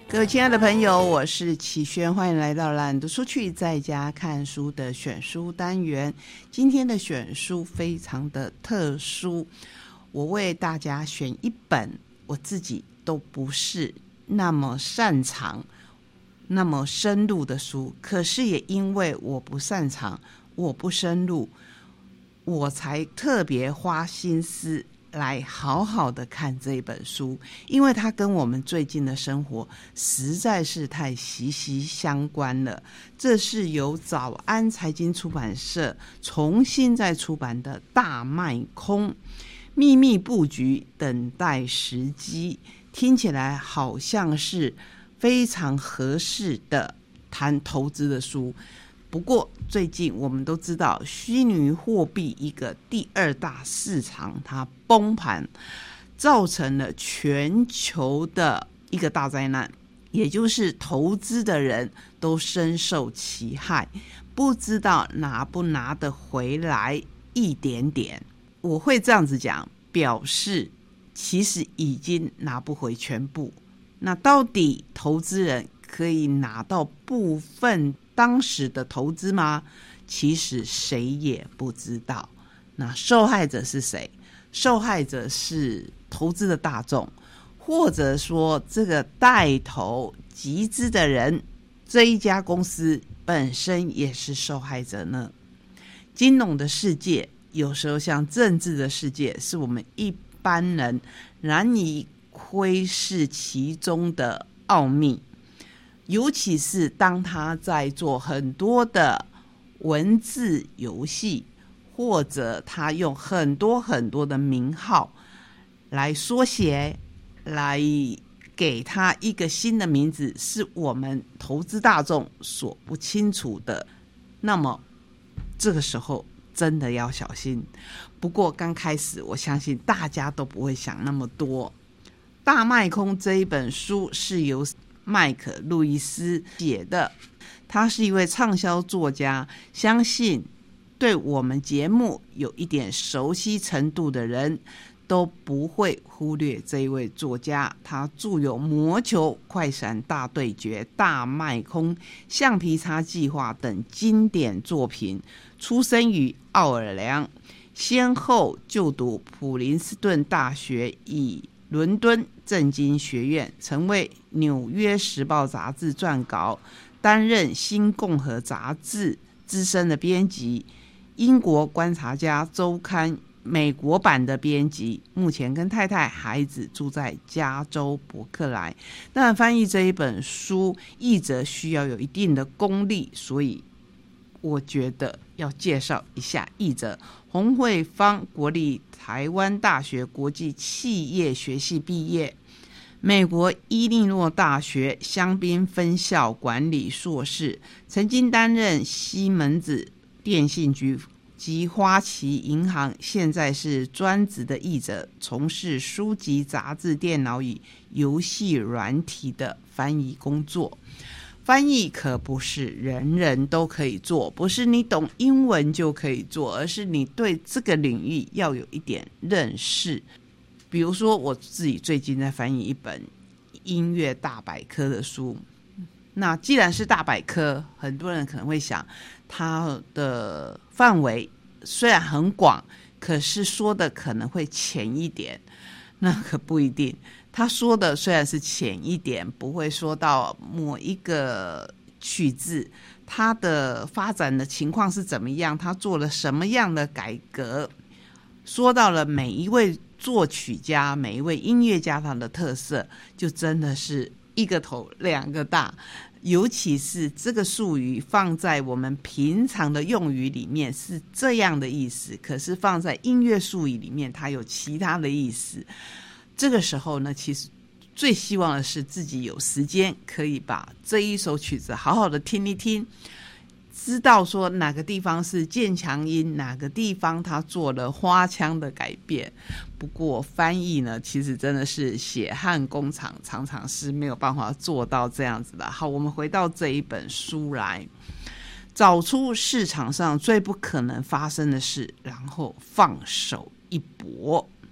各位亲爱的朋友，我是启轩，欢迎来到懒读书去在家看书的选书单元。今天的选书非常的特殊，我为大家选一本我自己都不是那么擅长那么深入的书，可是也因为我不擅长我不深入，我才特别花心思来好好的看这一本书，因为它跟我们最近的生活实在是太息息相关了。这是由早安财经出版社重新再出版的《大卖空：秘密布局，等待时机》，听起来好像是非常合适的谈投资的书。不过最近我们都知道，虚拟货币一个第二大市场它崩盘，造成了全球的一个大灾难，也就是投资的人都深受其害，不知道拿不拿得回来一点点。我会这样子讲，表示其实已经拿不回全部。那到底投资人可以拿到部分当时的投资吗？其实谁也不知道。那受害者是谁？受害者是投资的大众，或者说这个带头集资的人，这一家公司本身也是受害者呢？金融的世界有时候像政治的世界，是我们一般人难以窥视其中的奥秘，尤其是当他在做很多的文字游戏，或者他用很多很多的名号来缩写，来给他一个新的名字，是我们投资大众所不清楚的。那么这个时候真的要小心。不过刚开始我相信大家都不会想那么多。大卖空这一本书是由麦克路易斯写的，他是一位畅销作家，相信对我们节目有一点熟悉程度的人都不会忽略这一位作家。他著有《魔球》《快闪大对决》《大卖空》《橡皮擦计划》等经典作品。出生于奥尔良，先后就读普林斯顿大学与伦敦政经学院，成为纽约时报杂志撰稿，担任新共和杂志资深的编辑，英国观察家周刊美国版的编辑，目前跟太太孩子住在加州伯克莱。当然翻译这一本书，译者需要有一定的功力，所以我觉得要介绍一下译者洪慧芳，国立台湾大学国际企业学系毕业，美国伊利诺大学香槟分校管理硕士，曾经担任西门子电信局及花旗银行，现在是专职的译者，从事书籍、杂志、电脑与游戏软体的翻译工作。翻译可不是人人都可以做，不是你懂英文就可以做，而是你对这个领域要有一点认识。比如说我自己最近在翻译一本音乐大百科的书，那既然是大百科，很多人可能会想它的范围虽然很广，可是说的可能会浅一点。那可不一定，他说的虽然是浅一点，不会说到某一个曲子它的发展的情况是怎么样，他做了什么样的改革，说到了每一位作曲家每一位音乐家他的特色，就真的是一个头两个大。尤其是这个术语放在我们平常的用语里面是这样的意思，可是放在音乐术语里面它有其他的意思。这个时候呢，其实最希望的是自己有时间可以把这一首曲子好好的听一听，知道说哪个地方是渐强音，哪个地方他做了花腔的改变。不过翻译呢，其实真的是血汗工厂，常常是没有办法做到这样子的。好，我们回到这一本书来，找出市场上最不可能发生的事，然后放手一搏。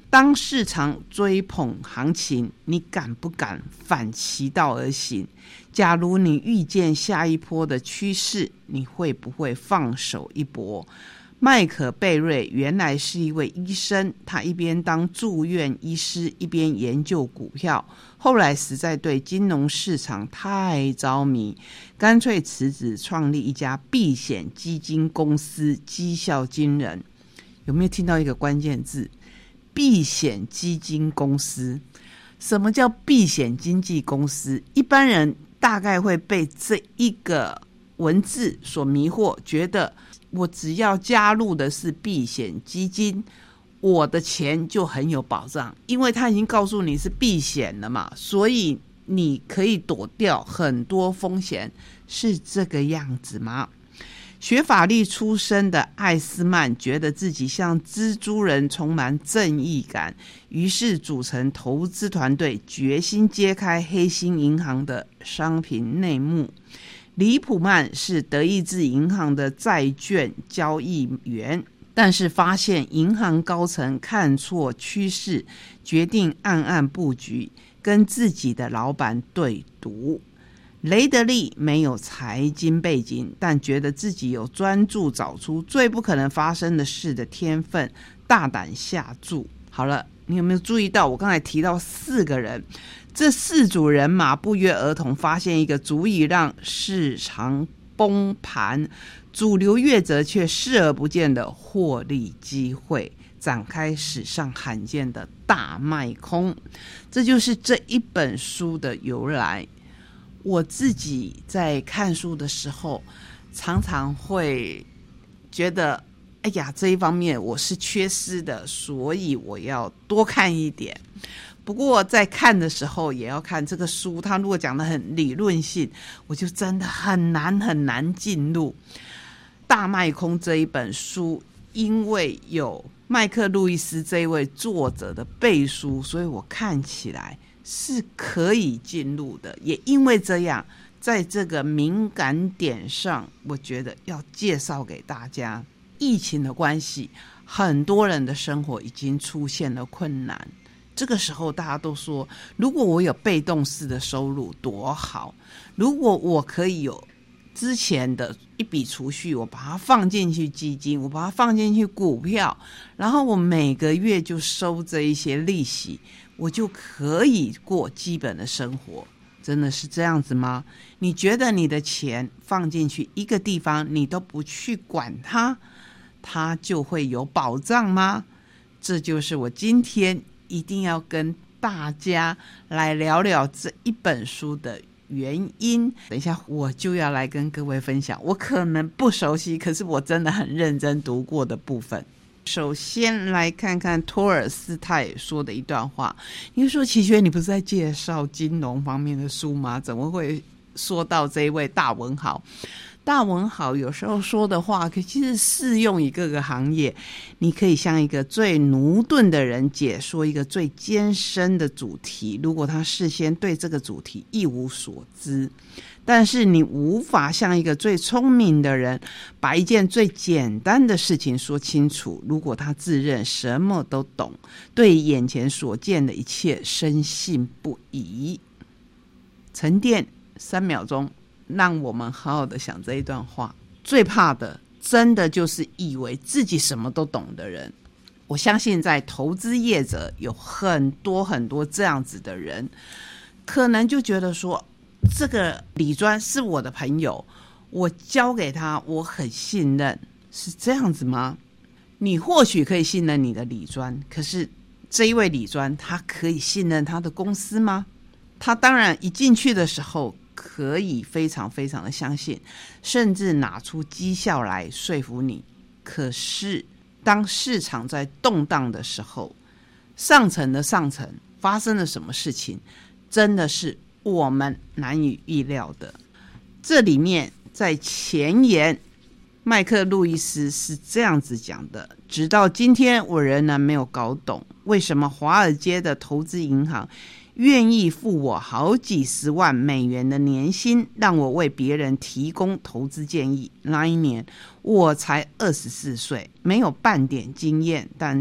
当市场追捧行情，你敢不敢反其道而行？假如你预见下一波的趋势，你会不会放手一搏？麦克贝瑞原来是一位医生，他一边当住院医师，一边研究股票，后来实在对金融市场太着迷，干脆辞职创立一家避险基金公司，绩效惊人。有没有听到一个关键字？避险基金公司。什么叫避险经纪公司？一般人大概会被这一个文字所迷惑，觉得我只要加入的是避险基金，我的钱就很有保障，因为他已经告诉你是避险了嘛，所以你可以躲掉很多风险，是这个样子吗？学法律出身的艾斯曼觉得自己像蜘蛛人，充满正义感，于是组成投资团队，决心揭开黑心银行的商品内幕。李普曼是德意志银行的债券交易员，但是发现银行高层看错趋势，决定暗暗布局，跟自己的老板对赌。雷德利没有财经背景，但觉得自己有专注找出最不可能发生的事的天分，大胆下注。好了，你有没有注意到我刚才提到4个人？这4组人马不约而同发现一个足以让市场崩盘，主流业者却视而不见的获利机会，展开史上罕见的大卖空。这就是这一本书的由来。我自己在看书的时候，常常会觉得，哎呀，这一方面我是缺失的，所以我要多看一点。不过在看的时候也要看这个书，它如果讲得很理论性，我就真的很难进入。大卖空这一本书，因为有麦克路易斯这一位作者的背书，所以我看起来是可以进入的。也因为这样，在这个敏感点上，我觉得要介绍给大家。疫情的关系，很多人的生活已经出现了困难，这个时候大家都说，如果我有被动式的收入多好，如果我可以有之前的一笔储蓄，我把它放进去基金，我把它放进去股票，然后我每个月就收这一些利息，我就可以过基本的生活。真的是这样子吗？你觉得你的钱放进去一个地方，你都不去管它，它就会有保障吗？这就是我今天一定要跟大家来聊聊这一本书的原因。等一下我就要来跟各位分享我可能不熟悉，可是我真的很认真读过的部分。首先来看看托尔斯泰说的一段话。你说齐学，你不是在介绍金融方面的书吗？怎么会说到这一位大文豪？大文豪有时候说的话其实适用于各个行业。你可以向一个最驽钝的人解说一个最艰深的主题，如果他事先对这个主题一无所知，但是你无法向一个最聪明的人把一件最简单的事情说清楚，如果他自认什么都懂，对眼前所见的一切深信不疑。沉淀3秒钟，让我们好好的想这一段话。最怕的真的就是以为自己什么都懂的人。我相信在投资业者有很多这样子的人，可能就觉得说，这个理专是我的朋友，我交给他我很信任，是这样子吗？你或许可以信任你的理专，可是这一位理专他可以信任他的公司吗？他当然一进去的时候可以非常的相信，甚至拿出绩效来说服你。可是当市场在动荡的时候，上层发生了什么事情，真的是我们难以预料的。这里面在前言，麦克路易斯是这样子讲的：直到今天我仍然没有搞懂，为什么华尔街的投资银行愿意付我好几十万美元的年薪，让我为别人提供投资建议。那一年我才24岁，没有半点经验，但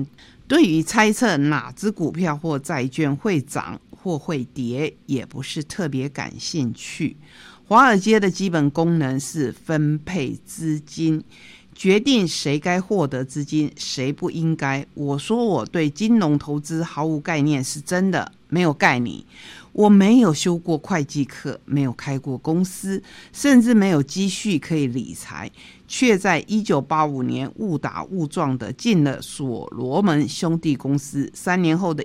对于猜测哪只股票或债券会涨或会跌，也不是特别感兴趣。华尔街的基本功能是分配资金，决定谁该获得资金，谁不应该。我说我对金融投资毫无概念，是真的没有概念。我没有修过会计课，没有开过公司，甚至没有积蓄可以理财，却在1985年误打误撞的进了所罗门兄弟公司，3年后的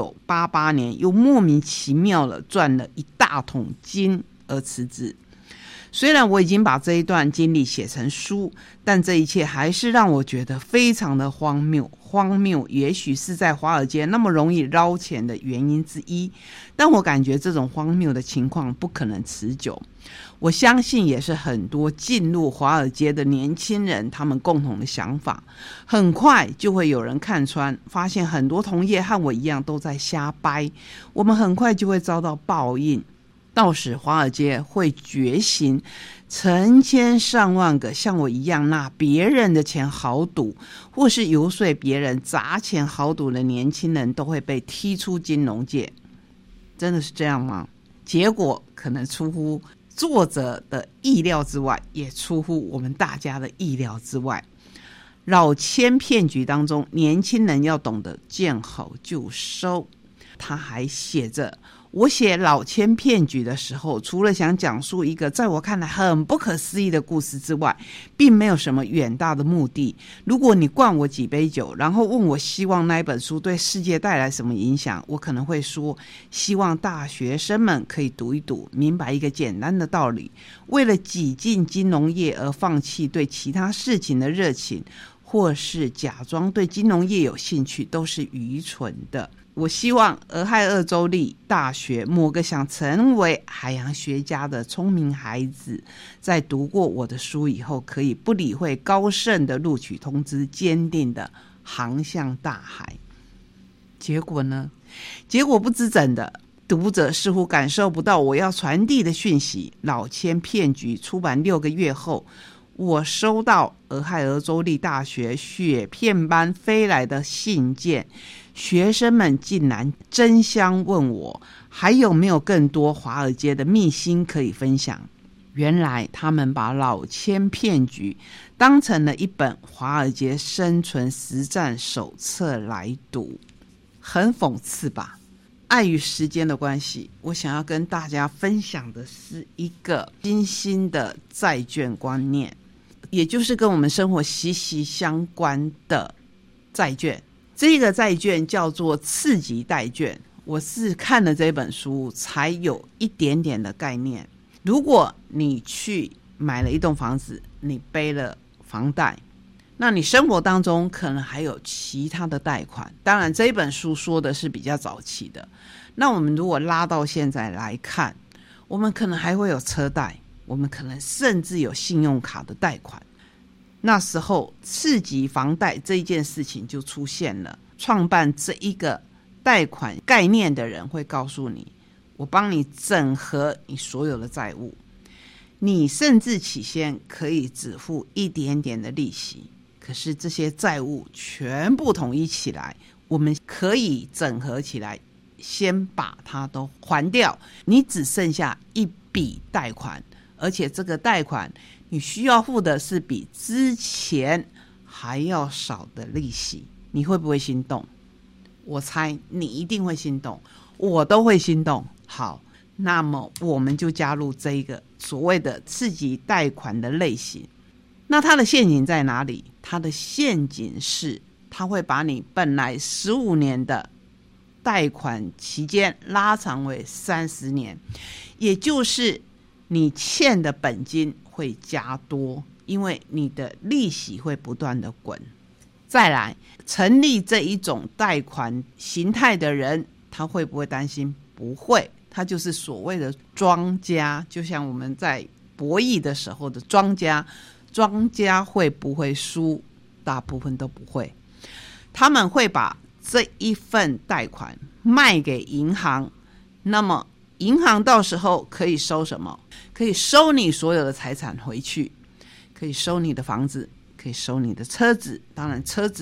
1988年又莫名其妙了赚了一大桶金而辞职。虽然我已经把这一段经历写成书，但这一切还是让我觉得非常的荒谬。荒谬也许是在华尔街那么容易捞钱的原因之一，但我感觉这种荒谬的情况不可能持久。我相信也是很多进入华尔街的年轻人他们共同的想法。很快就会有人看穿，发现很多同业和我一样都在瞎掰，我们很快就会遭到报应。到时华尔街会觉醒，成千上万个像我一样拿别人的钱豪赌，或是游说别人砸钱豪赌的年轻人都会被踢出金融界。真的是这样吗？结果可能出乎作者的意料之外，也出乎我们大家的意料之外。老千骗局当中，年轻人要懂得见好就收。他还写着，我写老千骗局的时候，除了想讲述一个在我看来很不可思议的故事之外，并没有什么远大的目的。如果你灌我几杯酒，然后问我希望那本书对世界带来什么影响，我可能会说，希望大学生们可以读一读，明白一个简单的道理：为了挤进金融业而放弃对其他事情的热情，或是假装对金融业有兴趣，都是愚蠢的。我希望俄亥俄州立大学某个想成为海洋学家的聪明孩子，在读过我的书以后，可以不理会高盛的录取通知，坚定的航向大海。结果呢？结果不知怎的，读者似乎感受不到我要传递的讯息。老千骗局出版6个月后，我收到俄亥俄州立大学雪片般飞来的信件，学生们竟然争相问我还有没有更多华尔街的秘辛可以分享。原来他们把老千骗局当成了一本华尔街生存实战手册来读，很讽刺吧？碍于时间的关系，我想要跟大家分享的是一个新兴的债券观念，也就是跟我们生活息息相关的债券。这个债券叫做次级债券，我是看了这本书才有一点点的概念。如果你去买了一栋房子，你背了房贷，那你生活当中可能还有其他的贷款。当然这一本书说的是比较早期的，那我们如果拉到现在来看，我们可能还会有车贷，我们可能甚至有信用卡的贷款。那时候次级房贷这一件事情就出现了，创办这一个贷款概念的人会告诉你，我帮你整合你所有的债务，你甚至起先可以只付一点点的利息，可是这些债务全部统一起来，我们可以整合起来，先把它都还掉，你只剩下一笔贷款，而且这个贷款你需要付的是比之前还要少的利息。你会不会心动？我猜你一定会心动，我都会心动。好，那么我们就加入这一个所谓的次级贷款的类型。那它的陷阱在哪里？它的陷阱是它会把你本来15年的贷款期间拉长为30年，也就是你欠的本金会加多，因为你的利息会不断的滚。再来，成立这一种贷款形态的人，他会不会担心？不会，他就是所谓的庄家，就像我们在博弈的时候的庄家。庄家会不会输？大部分都不会。他们会把这一份贷款卖给银行，那么银行到时候可以收什么？可以收你所有的财产回去，可以收你的房子，可以收你的车子。当然车子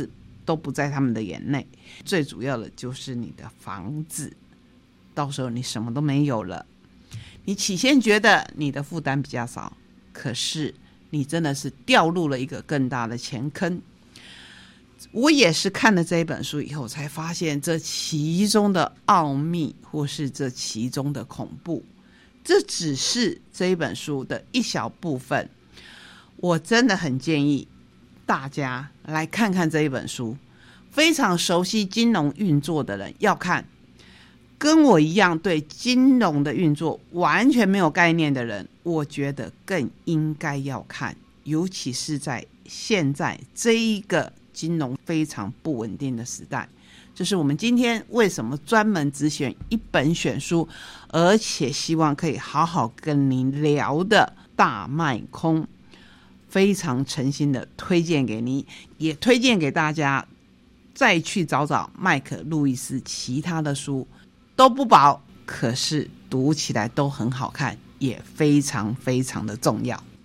都不在他们的眼内。最主要的就是你的房子，到时候你什么都没有了。你起先觉得你的负担比较少，可是你真的是掉入了一个更大的钱坑。我也是看了这一本书以后才发现这其中的奥秘，或是这其中的恐怖。这只是这一本书的一小部分，我真的很建议大家来看看这一本书。非常熟悉金融运作的人要看，跟我一样对金融的运作完全没有概念的人，我觉得更应该要看，尤其是在现在这一个金融非常不稳定的时代。这是我们今天为什么专门只选一本选书，而且希望可以好好跟您聊的大卖空，非常诚心的推荐给你，也推荐给大家再去找找麦克路易斯其他的书，都不薄，可是读起来都很好看，也非常非常的重要。